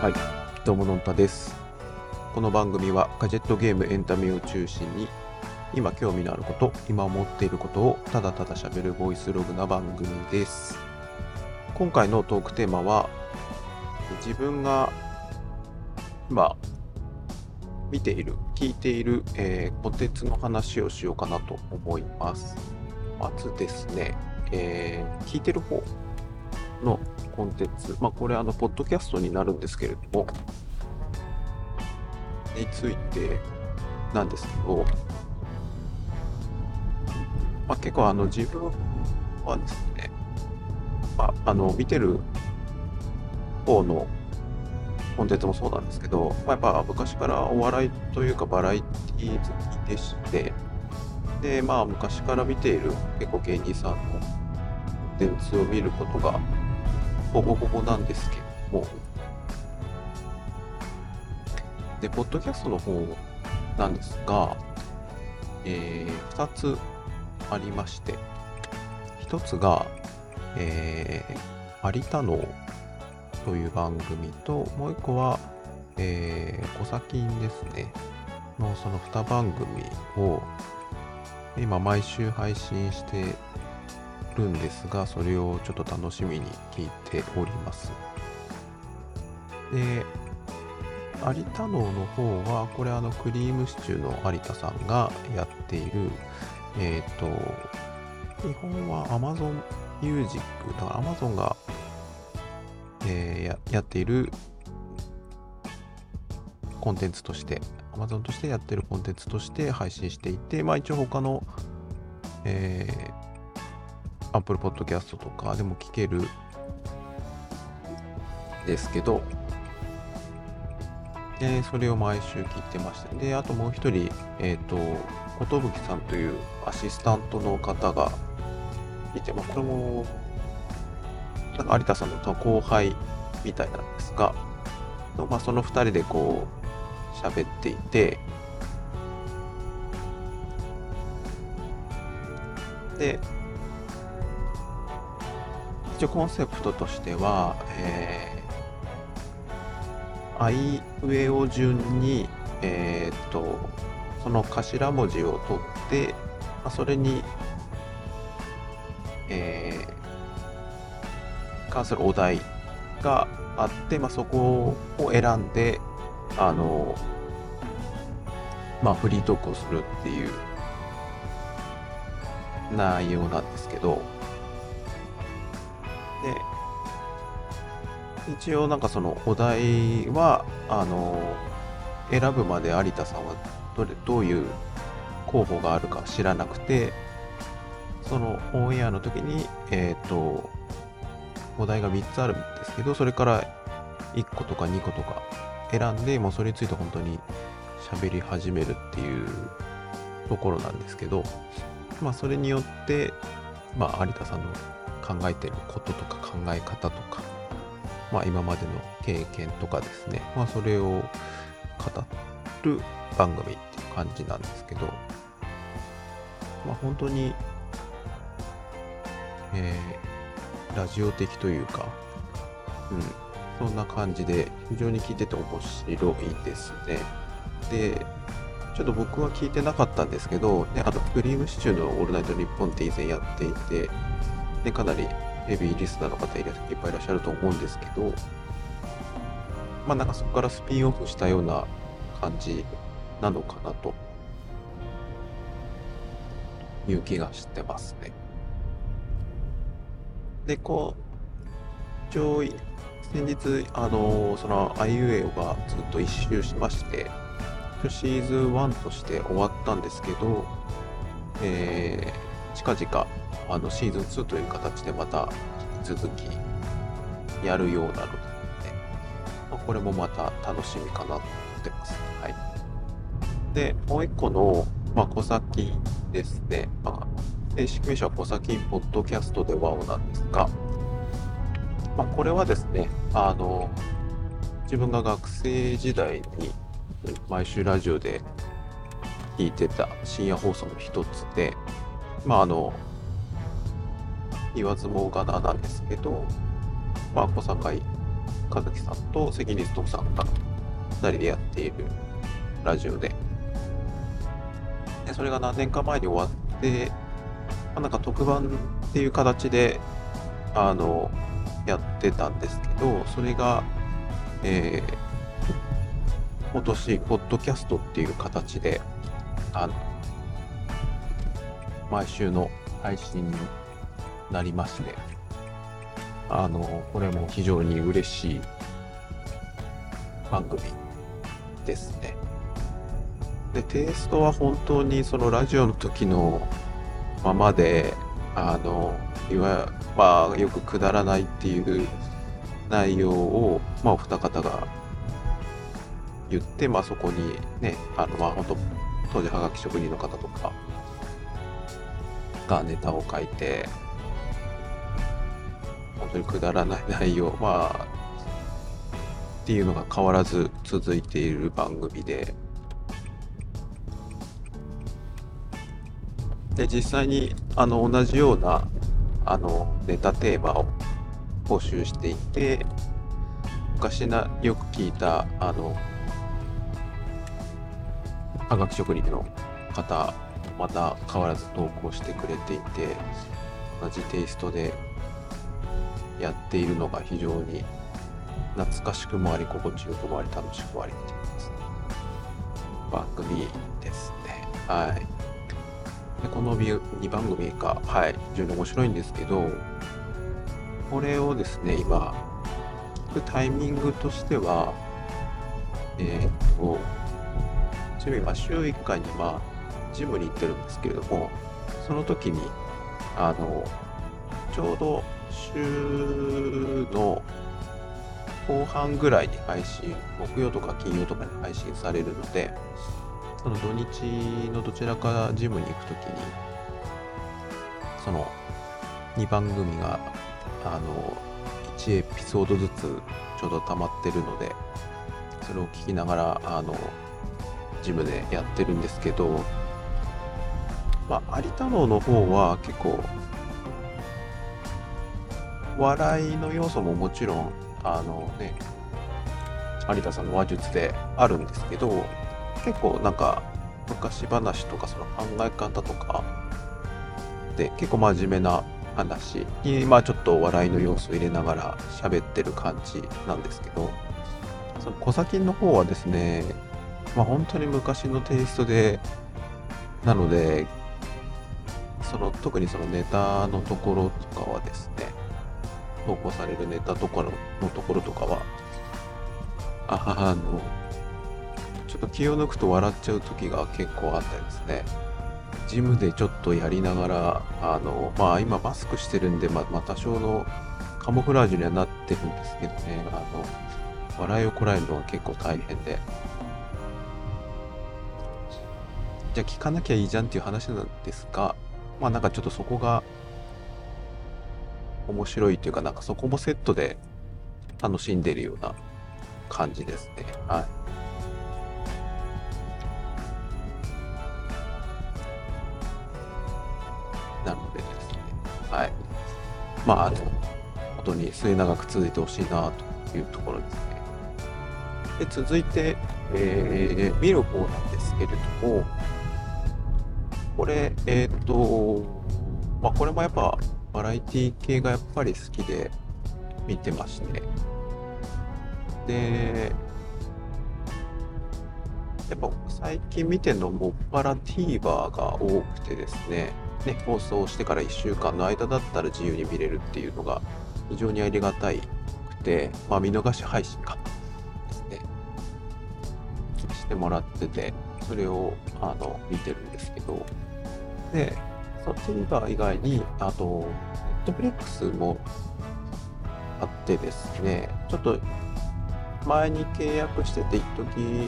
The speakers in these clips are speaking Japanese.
はい、どうものんたです。この番組はガジェットゲームエンタメを中心に今興味のあること、今思っていることをただただ喋るボイスログな番組です。今回のトークテーマは自分が今見ている、聞いている、コンテンツの話をしようかなと思います。まずですね、聞いてる方のコンテンツ、これポッドキャストになるんですけれども、についてなんですけど、結構自分はですね、見てる方のコンテンツもそうなんですけど、やっぱ昔からお笑いというかバラエティ好きでして、で、昔から見ている結構芸人さんのコンテンツを見ることがほぼほぼなんですけども、で、ポッドキャストの方なんですが、2つありまして、1つが、有田能という番組と、もう1個は、コサキンですねのその2番組を今毎週配信してるんですが、それをちょっと楽しみに聞いております。で、有田能の方はこれクリームシチューの有田さんがやっている日本は Amazon Music だから Amazon が、やっているコンテンツとして Amazon としてやっているコンテンツとして配信していて、一応他の、Apple Podcast とかでも聞けるですけど、それを毎週聞いてました。で、あともう一人、ことぶきさんというアシスタントの方がいて、これもなんか有田さんの後輩みたいなんですが、その二人でこう喋っていて、で、一応コンセプトとしては、あいうえお順に、その頭文字を取って、それに、関するお題があって、そこを選んで、フリートークをするっていう内容なんですけど、で、一応なんかそのお題は選ぶまで有田さんはどういう候補があるか知らなくて、そのオンエアの時にお題が3つあるんですけど、それから1個とか2個とか選んで、もうそれについて本当に喋り始めるっていうところなんですけど、それによって有田さんの考えてることとか考え方とか、今までの経験とかですね、それを語る番組っていう感じなんですけど、本当に、ラジオ的というか、そんな感じで非常に聞いてて面白いですね。で、ちょっと僕は聞いてなかったんですけど、クリームシチューのオールナイトニッポンって以前やっていて、でかなりヘビーリスナーの方いっぱいいらっしゃると思うんですけど、なんかそこからスピンオフしたような感じなのかなという気がしてますね。で、先日、そのあいうえおがずっと一周しまして、シーズン1として終わったんですけど、近々シーズン2という形でまた引き続きやるようなので、これもまた楽しみかなと思ってます。はい。で、もう一個の、コサキンですね。正式名称はコサキンポッドキャストでワオなんですが、これはですね、自分が学生時代に毎週ラジオで聞いてた深夜放送の一つで、言わずもがななんですけど、小堺和樹さんと関根勤さんが2人でやっているラジオで、それが何年か前に終わって、なんか特番っていう形でやってたんですけど、それが、今年ポッドキャストっていう形で毎週の配信になりまして、これも非常に嬉しい番組ですね。で、テイストは本当にそのラジオの時のままで、よくくだらないっていう内容を、お二方が言って、そこにね、本当当時はがき職人の方とかがネタを書いて、本当にくだらない内容、っていうのが変わらず続いている番組で、実際に同じようなネタテーマを募集していて、昔よく聞いたはがき職人の方、また変わらず投稿してくれていて、同じテイストでやっているのが非常に懐かしくもあり、心地よくもあり、楽しくもありっていう番組ですね。はい。でこの2番組が、非常に面白いんですけど、これをですね、今、聞くタイミングとしては、ちなみに週1回にジムに行ってるんですけれども、その時に、ちょうど週の後半ぐらいに配信、木曜とか金曜とかに配信されるので、その土日のどちらかジムに行くときに、その2番組が1エピソードずつちょうど溜まってるので、それを聞きながらジムでやってるんですけど、有田能の方は結構笑いの要素ももちろん有田さんの話術であるんですけど、結構なんか昔話とかその考え方とかで結構真面目な話にちょっと笑いの要素を入れながら喋ってる感じなんですけど、その小崎の方はですね、本当に昔のテイストで、なので特にそのネタのところとかはですね、投稿されるネタとかのところとかはちょっと気を抜くと笑っちゃう時が結構あったりですね。ジムでちょっとやりながら今マスクしてるんで多少のカモフラージュにはなってるんですけどね、笑いをこらえるのは結構大変で、じゃあ聞かなきゃいいじゃんっていう話なんですが、なんかちょっとそこが面白いというか、なんかそこもセットで楽しんでるような感じですね。はい。なのでですね、はい。本当に末永く続いてほしいなというところですね。で、続いて、見る方なんですけれども、これ、これもやっぱバラエティ系がやっぱり好きで見てまして、で、やっぱ最近見てるのもっぱら TVer が多くてですね、放送してから1週間の間だったら自由に見れるっていうのが非常にありがたいくて、見逃し配信かですね、してもらってて、それを見てるんですけど、で、その TVer 以外に、あと、Netflix もあってですね、ちょっと前に契約してて、一時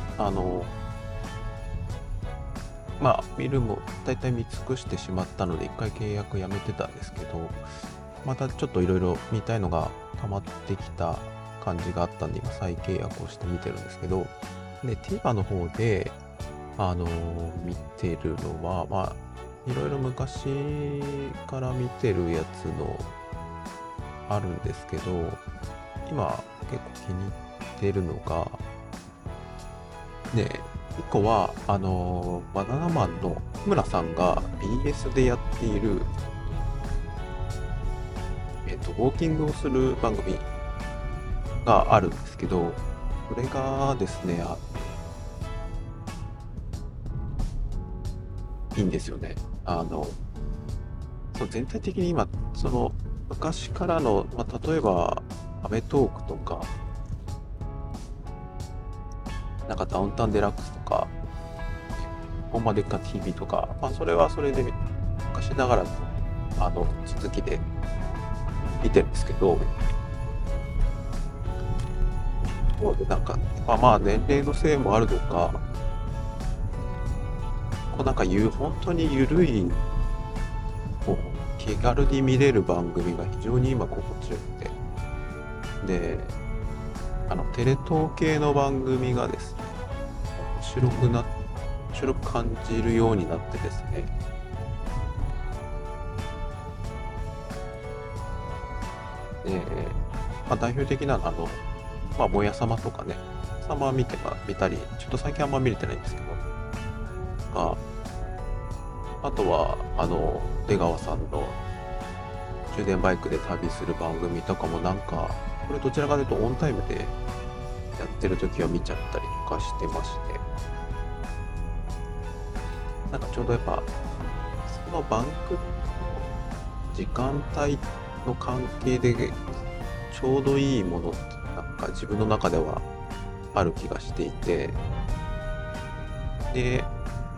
見るも大体見尽くしてしまったので、一回契約やめてたんですけど、またちょっといろいろ見たいのが溜まってきた感じがあったんで、今再契約をして見てるんですけど、で、TVer の方で、見てるのは、いろいろ昔から見てるやつのあるんですけど、今結構気に入ってるのが、で、一個は、バナナマンの日村さんが BS でやっている、ウォーキングをする番組があるんですけど、それがですね、いいんですよね。そう全体的に今、昔からの、例えば、アメトーークとか、なんかダウンタウンデラックスとか、ホンマでっか TV とか、それはそれで昔ながらの、続きで見てるんですけど、なんか、年齢のせいもあるのか、なんか本当に緩い、気軽に見れる番組が非常に今心地よくて、で、テレ東系の番組がですね、面白く感じるようになってですね、で、代表的なのは、もやさまとかね、様見たり、ちょっと最近あんま見れてないんですけど、あとは、出川さんの充電バイクで旅する番組とかもなんか、これどちらかというとオンタイムでやってる時は見ちゃったりとかしてまして、なんかちょうどやっぱ、その番組の時間帯の関係でちょうどいいものってなんか自分の中ではある気がしていて、で、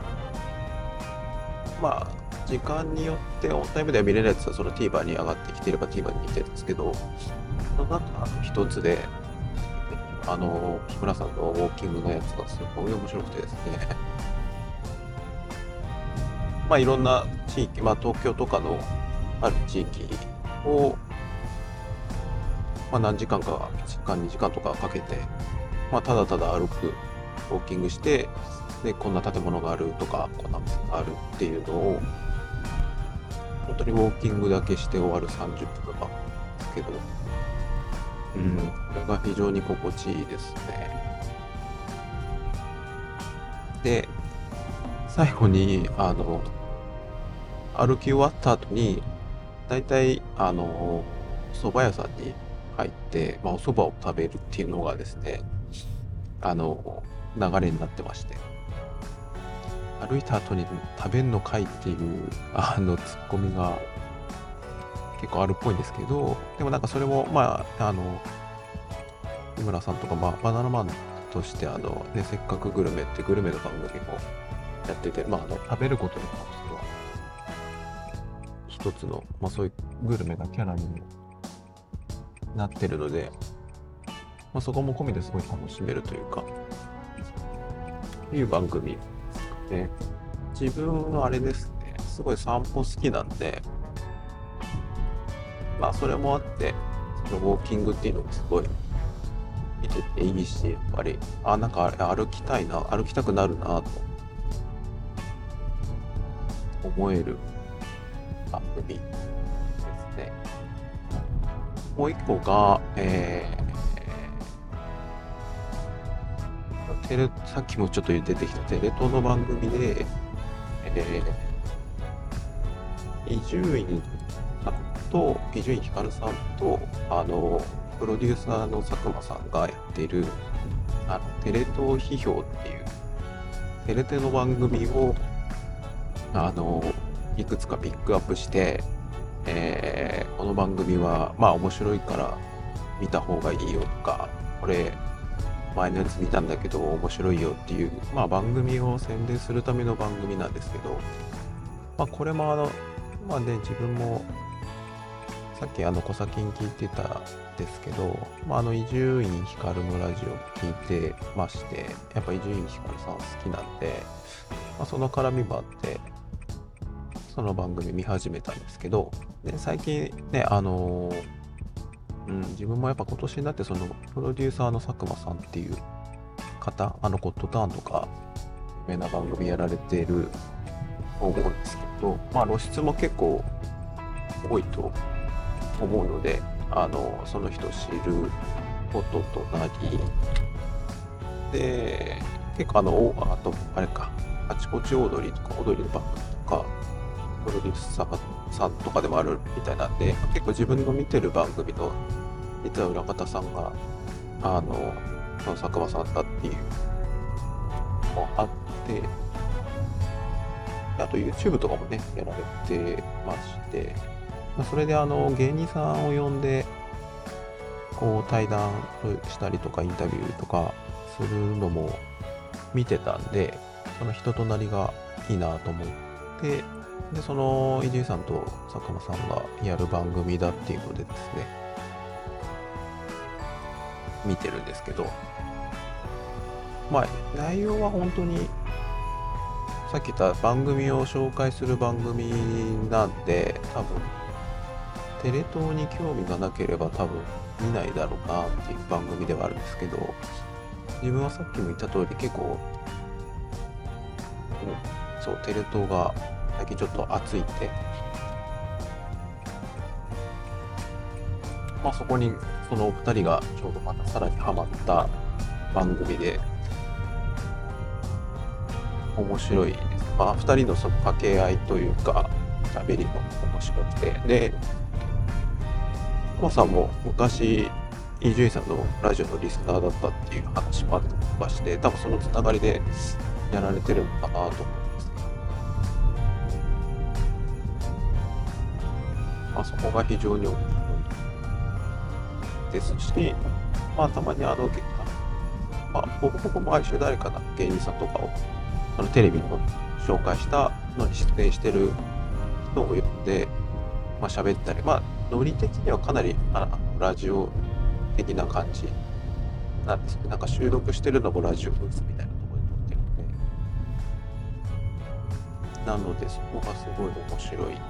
時間によってオンタイムでは見れるやつはその TVer に上がってきていれば TVer に見てるんですけど、その中一つで、日村さんのウォーキングのやつがすごい面白くてですね、いろんな地域、東京とかのある地域を、何時間か、1時間、2時間とかかけて、ただただ歩く、ウォーキングして、で、こんな建物があるとか、こんな店があるっていうのを、本当にウォーキングだけして終わる30分とかですけど、これが非常に心地いいですね。で、最後に、歩き終わった後に、だいたい、蕎麦屋さんに入って、お蕎麦を食べるっていうのがですね、流れになってまして、歩いた後に食べんのかいっていう、ツッコミが結構あるっぽいんですけど、でもなんかそれも、日村さんとか、バナナマンとして、せっかくグルメってグルメの番組もやってて、食べることに関しては、一つの、そういうグルメなキャラにもなってるので、そこも込みですごい楽しめるというか、いう番組ですね。自分はあれですね、すごい散歩好きなんで、それもあって、そのウォーキングっていうのがすごい見てていいし、やっぱり、なんか歩きたくなるなと思える番組ですね。もう一個が、さっきもちょっと出てきたテレ東の番組で、伊集院光さんと、プロデューサーの佐久間さんがやっている、テレ東批評っていう、テレテの番組を、いくつかピックアップして、この番組は、面白いから見た方がいいよとか、これ、前のやつ見たんだけど面白いよっていう、番組を宣伝するための番組なんですけど、これも自分もさっき小先に聞いてたんですけど、伊集院光のラジオ聞いてまして、やっぱ伊集院光さん好きなんで、その絡みもあってその番組見始めたんですけど、で最近ね、自分もやっぱ今年になってそのプロデューサーの佐久間さんっていう方、ゴッドターンとか有名な番組やられていると思うんですけど、露出も結構多いと思うので、その人を知る音となり、で、結構あと、あれか、あちこちオードリーとか、オードリーの番組とか、プロデューサーさんとかでもあるみたいなんで、結構自分の見てる番組の、実は裏方さんが、その佐久間さんだっていうのもあって、あと YouTube とかもね、やられてまして、それで芸人さんを呼んで、こう対談したりとかインタビューとかするのも見てたんで、その人となりがいいなと思って、で、その伊集院さんと佐久間さんがやる番組だっていうのでですね、見てるんですけど、まあ内容は本当にさっき言った番組を紹介する番組なんで、多分テレ東に興味がなければ多分見ないだろうなっていう番組ではあるんですけど、自分はさっきも言った通り結構、そう、テレ東が最近ちょっと熱いんで、まあそこにそのお二人がちょうどまたさらにハマった番組で面白いです。まあ二人のその掛け合いというか喋りも面白くて、で、コマさんも昔伊集院さんのラジオのリスナーだったっていう話もあったりとかして、多分そのつながりでやられてるのかなと思うんですけど、まあそこが非常に面白いですし、まあたまにまあほぼほぼ毎週誰かが芸人さんとかをテレビの紹介したのに出演してる人を呼んで、まあ喋ったり、まあノリ的にはかなりラジオ的な感じなんですけど、なんか収録してるのもラジオブースみたいなところに載ってるので、なのでそこがすごい面白い、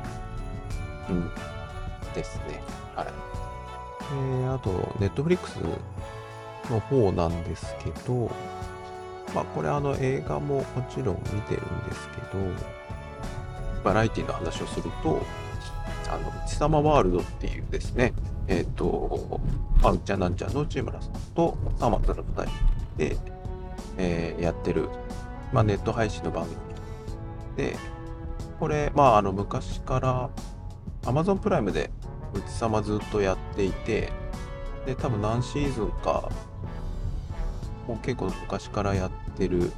ですね。はい。あと、ネットフリックスの方なんですけど、まあこれ映画ももちろん見てるんですけど、バラエティの話をすると、ちさまワールドっていうですね、あんちゃんなんちゃんの内村さんとさまつの2人で、やってる、まあ、ネット配信の番組で、これ、まあ、昔から Amazon プライムでうちさまずっとやっていて、で、多分何シーズンか、もう結構昔からやってる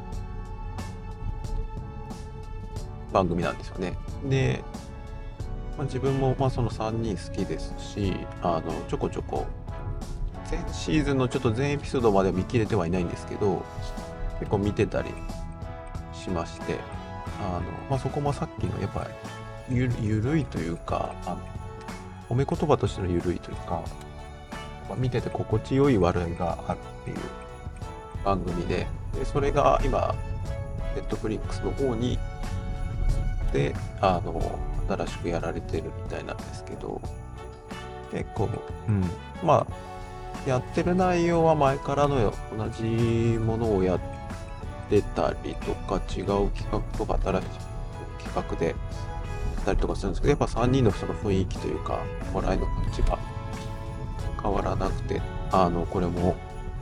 番組なんですよね。で、まあ、自分もまあその3人好きですし、ちょこちょこ、前シーズンのちょっと全エピソードまで見切れてはいないんですけど、結構見てたりしまして、まあ、そこもさっきのやっぱりゆるいというか、褒め言葉としてのゆるいというか、まあ、見てて心地よい笑いがあるっていう番組で、それが今、Netflix の方に、で、新しくやられてるみたいなんですけど、結構、まあ、やってる内容は前からの同じものをやってたりとか、違う企画とか新しい企画でやったりとかするんですけど、やっぱ3人のその雰囲気というか、笑いの感じが変わらなくて、これも、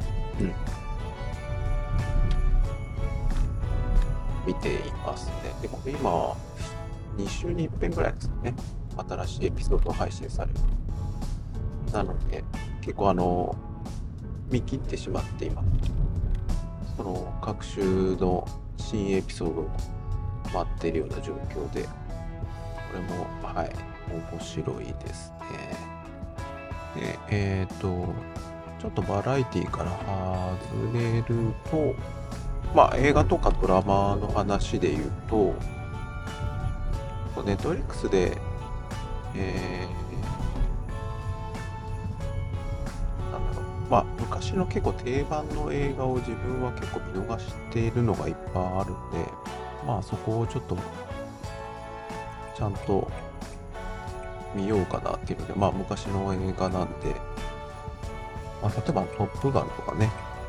見ていますね。で、これ今、2週に1遍ぐらいですね、新しいエピソードを配信される。なので、結構見切ってしまって今、その各週の新エピソードを待っているような状況で、これも、はい、面白いですね。で、ちょっとバラエティから外れると、まあ映画とかドラマの話で言うと、ネットフリックスで、なんだろう、まあ昔の結構定番の映画を自分は結構見逃しているのがいっぱいあるんで、まあそこをちょっとちゃんと見ようかなっていうので、まあ昔の映画なんで、まあ、例えばトップガンとかね、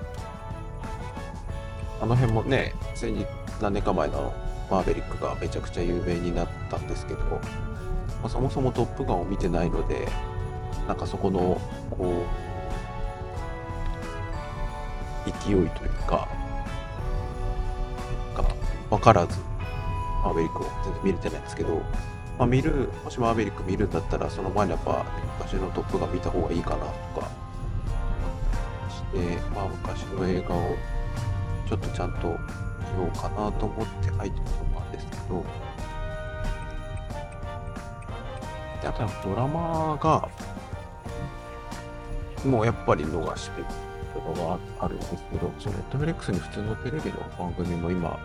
あの辺もね、何年か前のマーヴェリックがめちゃくちゃ有名になったんですけど、まあ、そもそもトップガンを見てないので、なんかそこの、こ勢いというか、分からずマーヴェリックを全然見れてないんですけど、もしマーヴェリック見るんだったらその前にやっぱ昔のトップガン見た方がいいかなとかして、昔の映画をちょっとちゃんと見ようかなと思って入ってると思うんですけど、であとはドラマがもうやっぱり逃してるのがあるんですけど、ネットフリックスに普通のテレビの番組も今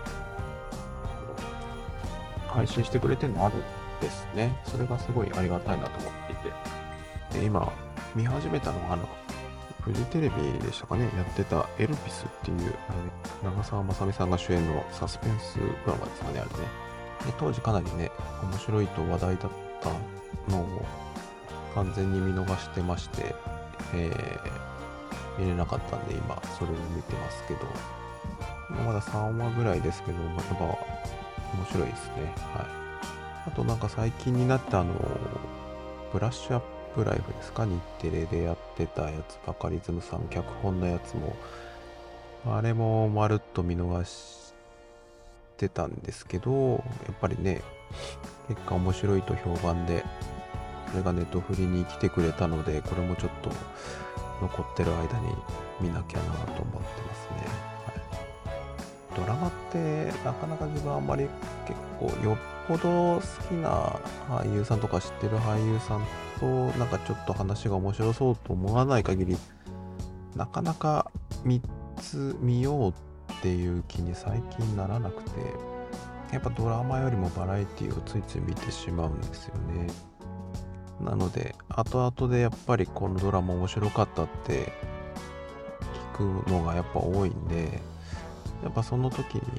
配信してくれてるのあるんですね。それがすごいありがたいなと思っていて、で今見始めたのがフジテレビでしたかね、やってたエルピスっていう長澤まさみさんが主演のサスペンスドラマですかね、あれね。で当時かなりね面白いと話題だったのを完全に見逃してまして、見れなかったんで今それを見てますけど、まだ3話ぐらいですけど、やっぱ面白いですね。はい。あとなんか最近になってブラッシュアップライフですか、日テレでやってたやつ、バカリズムさん脚本のやつも、あれもまるっと見逃してたんですけど、やっぱりね、結果面白いと評判で、それがネットフリに来てくれたので、これもちょっと残ってる間に見なきゃなと思ってますね。ドラマってなかなか自分あんまり結構よっぽど好きな俳優さんとか知ってる俳優さんとなんかちょっと話が面白そうと思わない限りなかなか3つ見ようっていう気に最近ならなくて、やっぱドラマよりもバラエティをついつい見てしまうんですよね。なので後々でやっぱりこのドラマ面白かったって聞くのがやっぱ多いんで、やっぱその時に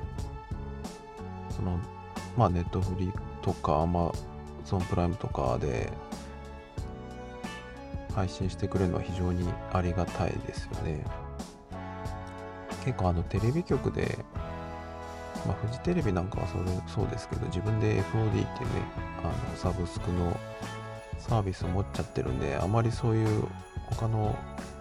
ネットフリとかAmazon プライムとかで配信してくれるのは非常にありがたいですよね。結構テレビ局で、フジテレビなんかはそうですけど、自分で FOD っていうねサブスクのサービスを持っちゃってるんで、あまりそういう他の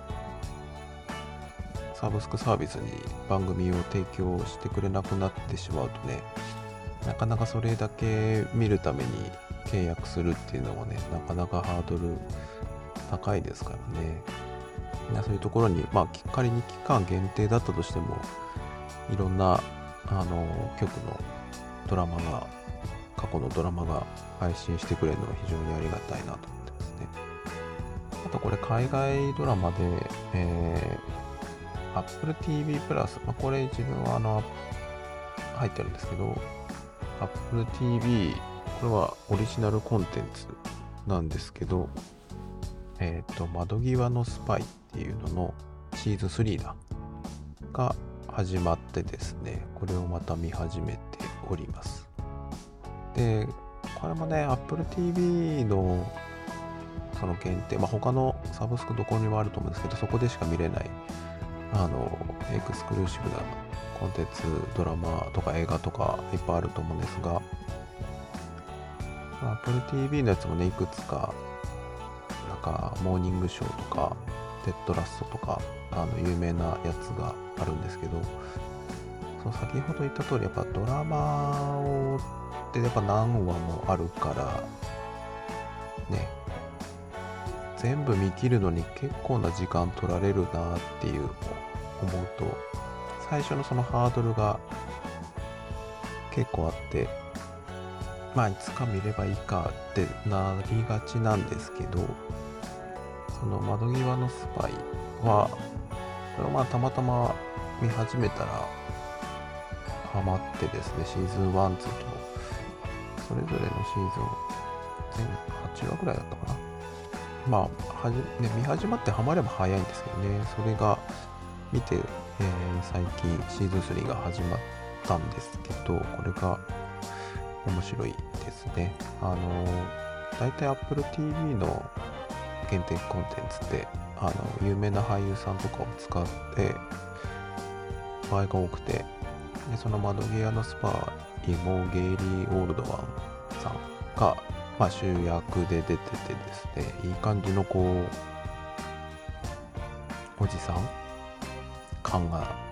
サブスクサービスに番組を提供してくれなくなってしまうとね、なかなかそれだけ見るために契約するっていうのもね、なかなかハードル高いですからね。そういうところに、仮に期間限定だったとしても、いろんな局のドラマが、過去のドラマが配信してくれるのは非常にありがたいなと思ってますね。あとこれ海外ドラマで、Apple TV プラス、これ自分は入ってるんですけど、Apple TV、これはオリジナルコンテンツなんですけど、窓際のスパイっていうののシーズン3が始まってですね、これをまた見始めております。で、これもね、Apple TV のその限定、他のサブスクどこにもあると思うんですけど、そこでしか見れないエクスクルーシブなコンテンツ、ドラマとか映画とかいっぱいあると思うんですが、Apple TV のやつもね、いくつかなんかモーニングショーとかテッドラストとか有名なやつがあるんですけど、先ほど言った通りやっぱドラマってやっぱ何話もあるからね、全部見切るのに結構な時間取られるなっていう思うと、最初のそのハードルが結構あって、いつか見ればいいかってなりがちなんですけど、その窓際のスパイはこれはたまたま見始めたらハマってですね、シーズン1、2とそれぞれのシーズン全8話ぐらいだったかな。見始まってハマれば早いんですけどね、それが見て、最近シーズン3が始まったんですけど、これが面白いですね。だいたい Apple TV の限定コンテンツって有名な俳優さんとかを使って場合が多くて、でその窓際のスパイもゲイリー・オールドワンさんが、主役で出ててですね、いい感じのおじさん感が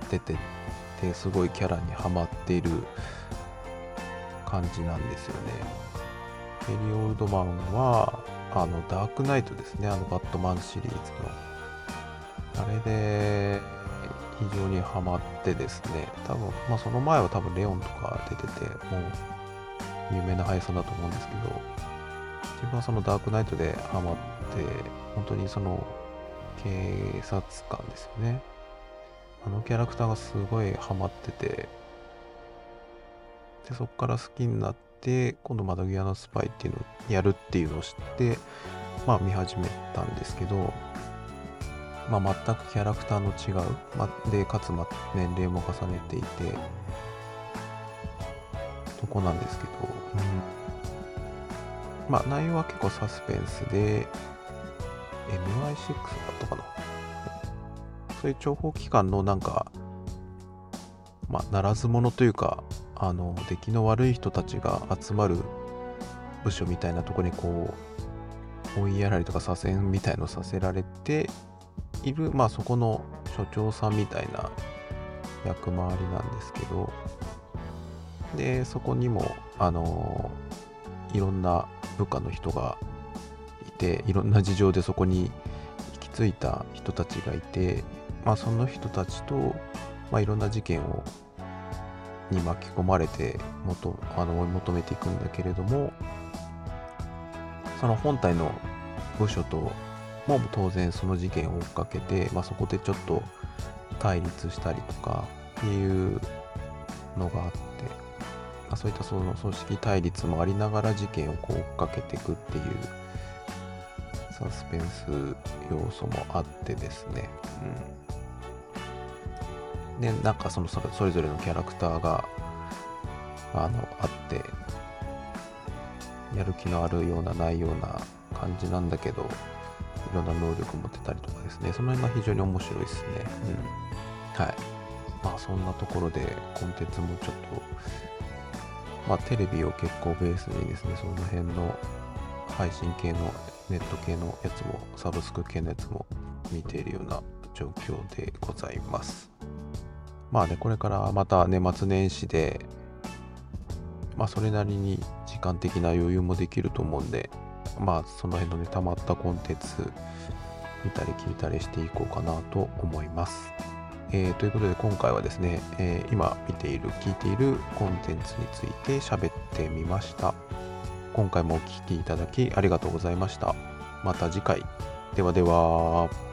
出てて、すごいキャラにハマっている感じなんですよね。ゲリー・オールドマンはダークナイトですね、バットマンシリーズのあれで非常にハマってですね、多分その前は多分レオンとか出てて、もう有名な俳優さんだと思うんですけど、自分はそのダークナイトでハマって、本当にその警察官ですよね、キャラクターがすごいハマってて、でそこから好きになって、今度窓際のスパイっていうのをやるっていうのを知って、見始めたんですけど、全くキャラクターの違う、でかつ年齢も重ねていてとこなんですけど、内容は結構サスペンスで MI6 だったかな、そういう諜報機関のならず者というか、出来の悪い人たちが集まる部署みたいなところにこう追いやられとか左遷みたいのさせられている、そこの所長さんみたいな役回りなんですけど、でそこにもいろんな部下の人がいて、いろんな事情でそこに行き着いた人たちがいて、その人たちと、いろんな事件に巻き込まれて追い求めていくんだけれども、その本体の部署とも当然その事件を追っかけて、そこでちょっと対立したりとかっていうのがあって、そういったその組織対立もありながら事件を追っかけていくっていうサスペンス要素もあってですね、でそれぞれのキャラクターがあってやる気のあるようなないような感じなんだけど、いろんな能力持ってたりとかですね、その辺が非常に面白いですね。はい。そんなところでコンテンツもちょっと、テレビを結構ベースにですね、その辺の配信系のネット系のやつもサブスク系のやつも見ているような状況でございます。これからまた年末年始で、それなりに時間的な余裕もできると思うんで、その辺のね、溜まったコンテンツ見たり聞いたりしていこうかなと思います。ということで今回はですね、今見ている聞いているコンテンツについて喋ってみました。今回もお聞きいただきありがとうございました。また次回。ではでは。